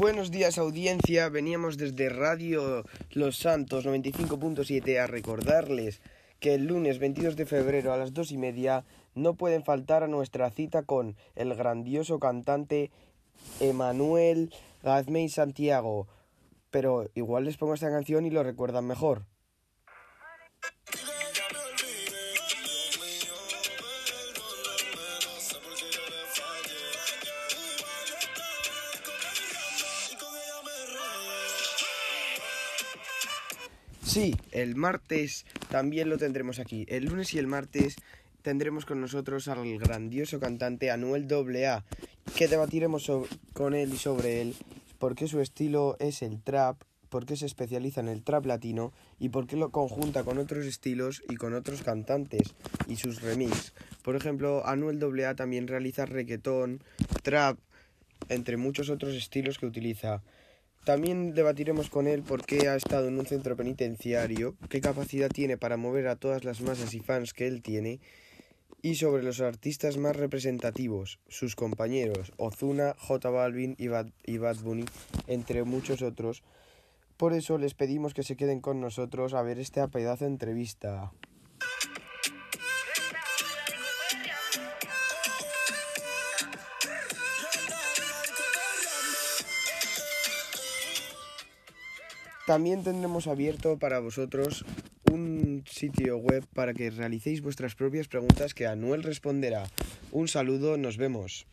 Buenos días, audiencia. Veníamos desde Radio Los Santos 95.7 a recordarles que el lunes 22 de febrero a las 2:30 no pueden faltar a nuestra cita con el grandioso cantante Emanuel Gazmey Santiago. Pero igual les pongo esta canción y lo recuerdan mejor. Sí, el martes también lo tendremos aquí. El lunes y el martes tendremos con nosotros al grandioso cantante Anuel AA, que debatiremos con él y sobre él, por qué su estilo es el trap, por qué se especializa en el trap latino y por qué lo conjunta con otros estilos y con otros cantantes y sus remix. Por ejemplo, Anuel AA también realiza reggaetón, trap, entre muchos otros estilos que utiliza. También debatiremos con él por qué ha estado en un centro penitenciario, qué capacidad tiene para mover a todas las masas y fans que él tiene, y sobre los artistas más representativos, sus compañeros, Ozuna, J Balvin y Bad Bunny, entre muchos otros. Por eso les pedimos que se queden con nosotros a ver esta pedazo de entrevista. También tendremos abierto para vosotros un sitio web para que realicéis vuestras propias preguntas que Anuel responderá. Un saludo, nos vemos.